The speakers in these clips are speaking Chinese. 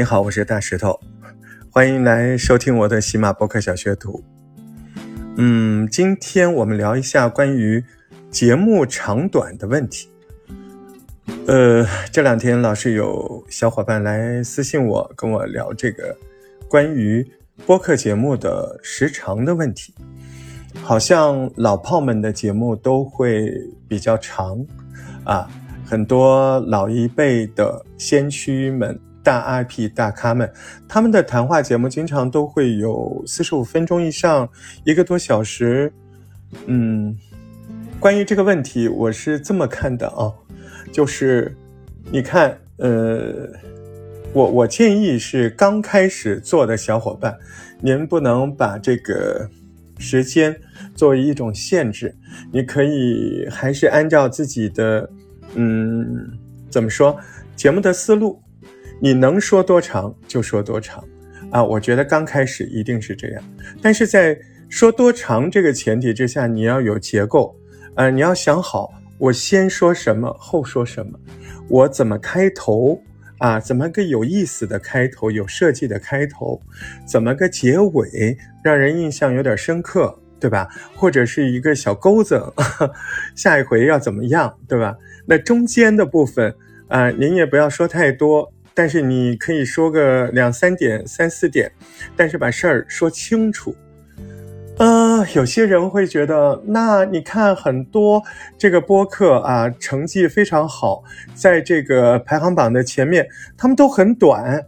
你好，我是大石头，欢迎来收听我的喜马播客小学徒。今天我们聊一下关于节目长短的问题。这两天老是有小伙伴来私信我，跟我聊这个关于播客节目的时长的问题。好像老炮们的节目都会比较长啊，很多老一辈的先驱们、大 IP 大咖们，他们的谈话节目经常都会有45分钟以上，1个多小时。关于这个问题我是这么看的啊，就是你看我建议是刚开始做的小伙伴，您不能把这个时间作为一种限制，你可以还是按照自己的怎么说节目的思路，你能说多长就说多长啊，我觉得刚开始一定是这样。但是在说多长这个前提之下，你要有结构你要想好我先说什么后说什么，我怎么开头怎么个有意思的开头，有设计的开头，怎么个结尾让人印象有点深刻，对吧？或者是一个小钩子下一回要怎么样，对吧？那中间的部分您也不要说太多，但是你可以说个2-3点、3-4点，但是把事儿说清楚。有些人会觉得，那你看很多这个播客成绩非常好，在这个排行榜的前面，他们都很短。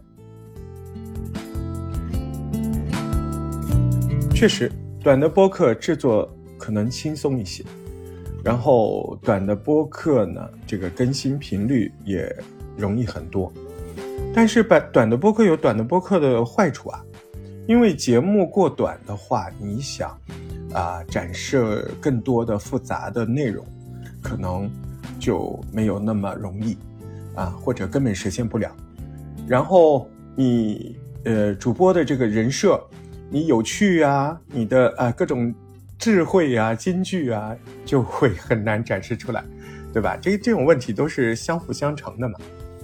确实，短的播客制作可能轻松一些，然后短的播客呢，这个更新频率也容易很多。但是短的播客有短的播客的坏处因为节目过短的话，你想展示更多的复杂的内容，可能就没有那么容易或者根本实现不了。然后你主播的这个人设，你有趣你的各种智慧金句就会很难展示出来，对吧？这种问题都是相辅相成的嘛。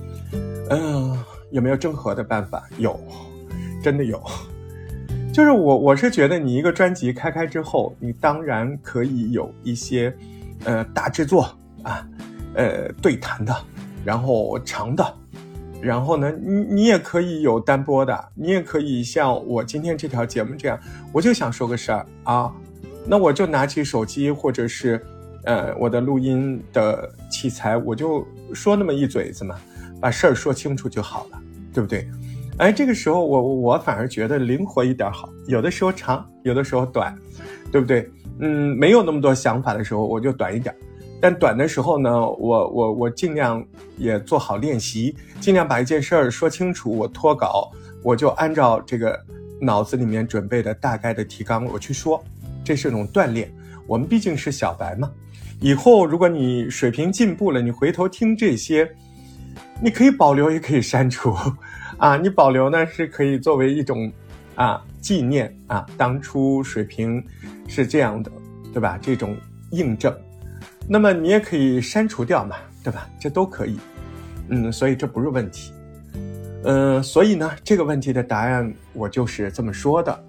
有没有正合的办法？有，真的有。就是我是觉得你一个专辑开之后，你当然可以有一些大制作对谈的，然后长的，然后呢你也可以有单播的，你也可以像我今天这条节目这样，我就想说个事儿那我就拿起手机或者是我的录音的器材，我就说那么一嘴子嘛，把事儿说清楚就好了，对不对？这个时候我反而觉得灵活一点好，有的时候长，有的时候短，对不对？没有那么多想法的时候，我就短一点。但短的时候呢，我尽量也做好练习，尽量把一件事儿说清楚。我脱稿，我就按照这个脑子里面准备的大概的提纲我去说，这是一种锻炼。我们毕竟是小白嘛，以后如果你水平进步了，你回头听这些，你可以保留也可以删除你保留呢是可以作为一种纪念当初水平是这样的，对吧？这种印证。那么你也可以删除掉嘛，对吧？这都可以。所以这不是问题。所以呢，这个问题的答案我就是这么说的。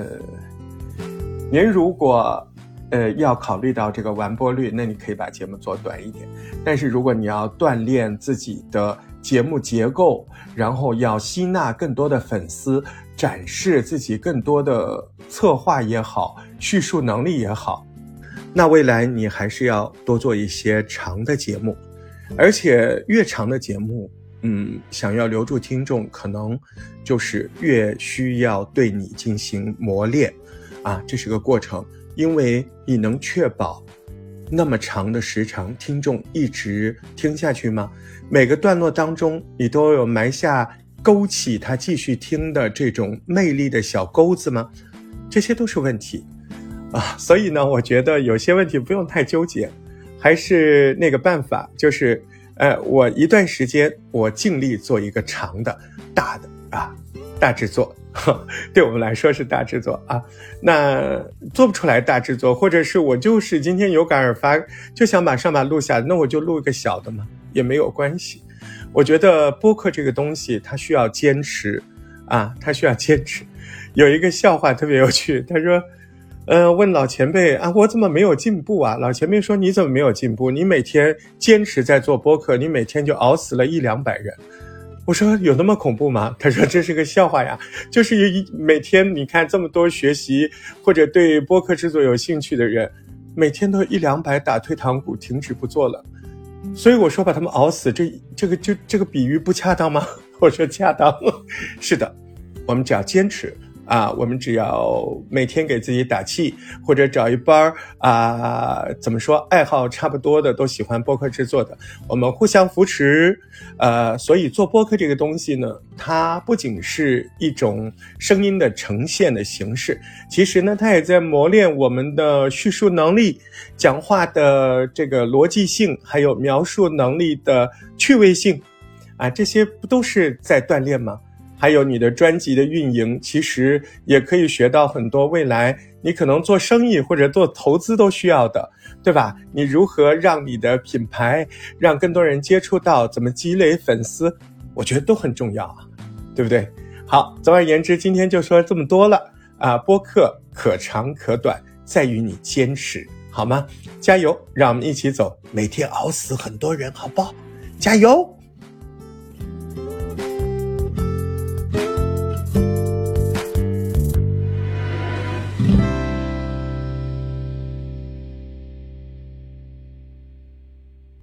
您如果要考虑到这个完播率，那你可以把节目做短一点。但是如果你要锻炼自己的节目结构，然后要吸纳更多的粉丝，展示自己更多的策划也好，叙述能力也好，那未来你还是要多做一些长的节目。而且越长的节目想要留住听众，可能就是越需要对你进行磨练这是个过程。因为你能确保那么长的时长听众一直听下去吗？每个段落当中你都有埋下勾起他继续听的这种魅力的小钩子吗？这些都是问题所以呢，我觉得有些问题不用太纠结，还是那个办法，就是我一段时间我尽力做一个长的大的大制作，对我们来说是大制作那做不出来大制作，或者是我就是今天有感而发，就想把上把录下，那我就录一个小的嘛，也没有关系。 我觉得播客这个东西它需要坚持啊，它需要坚持。有一个笑话特别有趣，他说问老前辈啊，我怎么没有进步啊？老前辈说，你怎么没有进步？你每天坚持在做播客，你每天就熬死了100-200人。我说有那么恐怖吗？他说这是个笑话呀，就是每天你看这么多学习或者对播客制作有兴趣的人，每天都100-200打退堂鼓，停止不做了。所以我说把他们熬死，这个比喻不恰当吗？我说恰当。是的，我们只要坚持啊，我们只要每天给自己打气，或者找一班怎么说，爱好差不多的，都喜欢播客制作的，我们互相扶持。所以做播客这个东西呢，它不仅是一种声音的呈现的形式，其实呢，它也在磨练我们的叙述能力、讲话的这个逻辑性，还有描述能力的趣味性啊，这些不都是在锻炼吗？还有你的专辑的运营，其实也可以学到很多未来你可能做生意或者做投资都需要的，对吧？你如何让你的品牌让更多人接触到，怎么积累粉丝，我觉得都很重要啊，对不对？好，总而言之，今天就说这么多了啊。播客可长可短，在于你坚持，好吗？加油，让我们一起走，每天熬死很多人，好不好？加油！